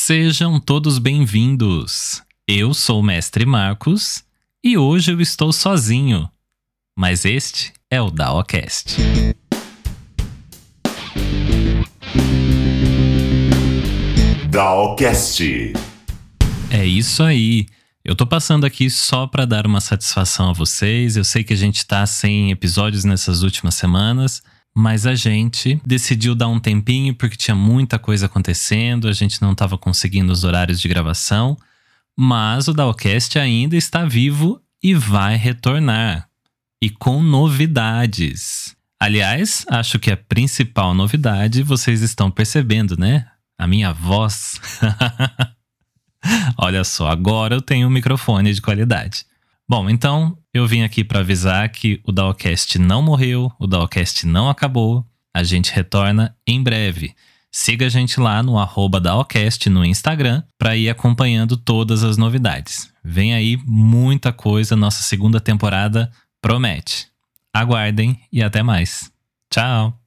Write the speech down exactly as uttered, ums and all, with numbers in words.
Sejam todos bem-vindos. Eu sou o Mestre Marcos e hoje eu estou sozinho, mas este é o DaoCast. DaoCast. É isso aí. Eu tô passando aqui só pra dar uma satisfação a vocês. Eu sei que a gente tá sem episódios nessas últimas semanas, mas a gente decidiu dar um tempinho porque tinha muita coisa acontecendo, a gente não tava conseguindo os horários de gravação, mas o DaoCast ainda está vivo e vai retornar. E com novidades. Aliás, acho que a principal novidade vocês estão percebendo, né? A minha voz. Olha só, agora eu tenho um microfone de qualidade. Bom, então eu vim aqui para avisar que o DaoCast não morreu, o DaoCast não acabou. A gente retorna em breve. Siga a gente lá no arroba DaoCast no Instagram para ir acompanhando todas as novidades. Vem aí muita coisa, nossa segunda temporada promete. Aguardem e até mais. Tchau!